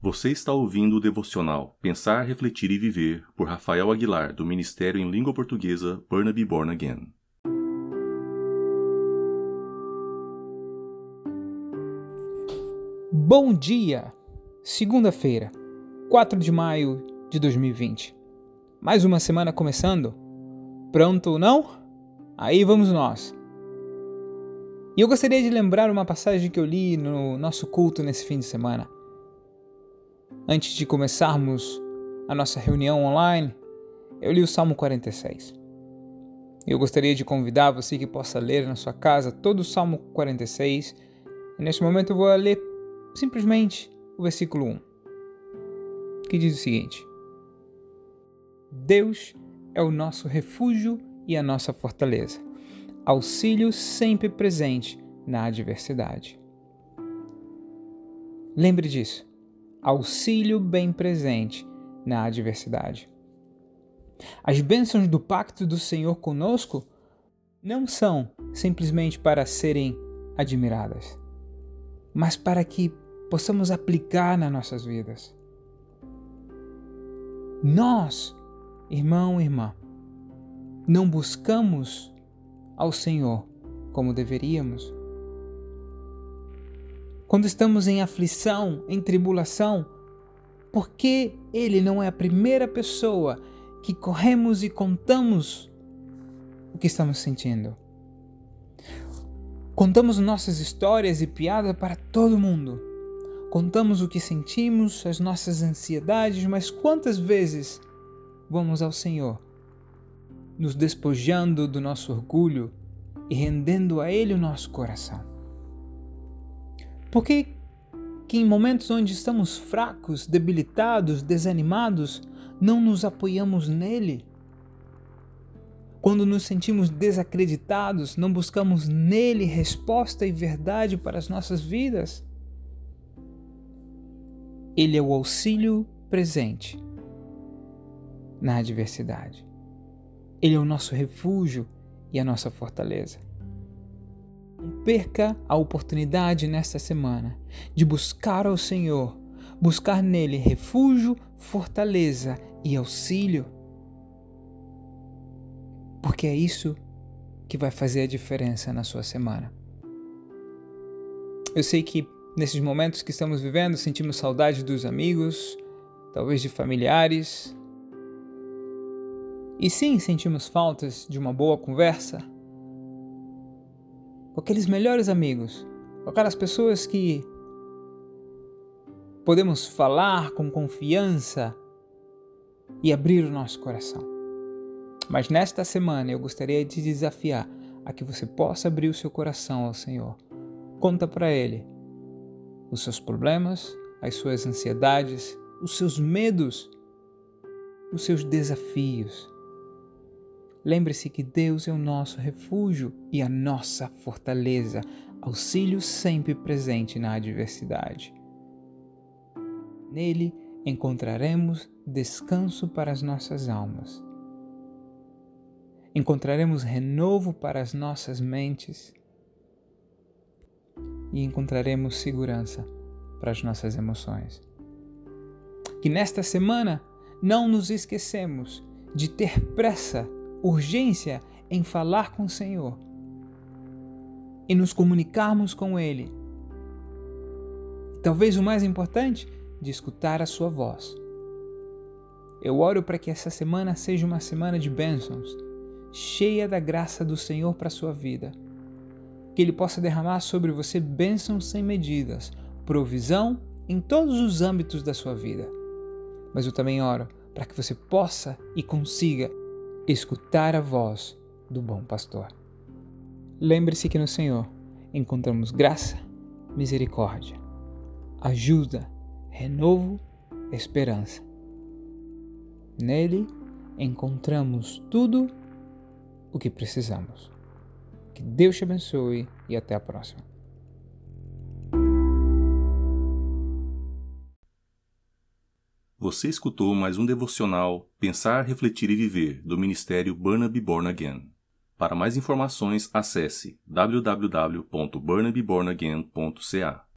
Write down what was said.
Você está ouvindo o devocional Pensar, Refletir e Viver, por Rafael Aguilar, do Ministério em Língua Portuguesa Burnaby Born Again. Bom dia! Segunda-feira, 4 de maio de 2020. Mais uma semana começando? Pronto ou não? Aí vamos nós! E eu gostaria de lembrar uma passagem que eu li no nosso culto nesse fim de semana. Antes de começarmos a nossa reunião online, eu li o Salmo 46. Eu gostaria de convidar você que possa ler na sua casa todo o Salmo 46. E neste momento eu vou ler simplesmente o versículo 1, que diz o seguinte: Deus é o nosso refúgio e a nossa fortaleza, auxílio sempre presente na adversidade. Lembre disso. Auxílio bem presente na adversidade. As bênçãos do pacto do Senhor conosco não são simplesmente para serem admiradas, mas para que possamos aplicar nas nossas vidas. Nós, irmão e irmã, não buscamos ao Senhor como deveríamos. Quando estamos em aflição, em tribulação, por que Ele não é a primeira pessoa que corremos e contamos o que estamos sentindo? Contamos nossas histórias e piadas para todo mundo. Contamos o que sentimos, as nossas ansiedades, mas quantas vezes vamos ao Senhor, nos despojando do nosso orgulho e rendendo a Ele o nosso coração? Por que em momentos onde estamos fracos, debilitados, desanimados, não nos apoiamos nele? Quando nos sentimos desacreditados, não buscamos nele resposta e verdade para as nossas vidas? Ele é o auxílio presente na adversidade. Ele é o nosso refúgio e a nossa fortaleza. Não perca a oportunidade nesta semana de buscar ao Senhor, buscar nele refúgio, fortaleza e auxílio. Porque é isso que vai fazer a diferença na sua semana. Eu sei que nesses momentos que estamos vivendo, sentimos saudade dos amigos, talvez de familiares. E sim, sentimos faltas de uma boa conversa com aqueles melhores amigos, com aquelas pessoas que podemos falar com confiança e abrir o nosso coração. Mas nesta semana eu gostaria de te desafiar a que você possa abrir o seu coração ao Senhor. Conta para Ele os seus problemas, as suas ansiedades, os seus medos, os seus desafios. Lembre-se que Deus é o nosso refúgio e a nossa fortaleza, auxílio sempre presente na adversidade. Nele encontraremos descanso para as nossas almas. Encontraremos renovo para as nossas mentes e encontraremos segurança para as nossas emoções. Que nesta semana não nos esquecemos de ter pressa, urgência em falar com o Senhor e nos comunicarmos com Ele. E talvez o mais importante, de escutar a sua voz. Eu oro para que essa semana seja uma semana de bênçãos, cheia da graça do Senhor para a sua vida. Que Ele possa derramar sobre você bênçãos sem medidas, provisão em todos os âmbitos da sua vida. Mas eu também oro para que você possa e consiga escutar a voz do bom pastor. Lembre-se que no Senhor encontramos graça, misericórdia, ajuda, renovo, esperança. Nele encontramos tudo o que precisamos. Que Deus te abençoe e até a próxima. Você escutou mais um devocional Pensar, Refletir e Viver, do Ministério Burnaby Born Again. Para mais informações, acesse www.burnabybornagain.ca.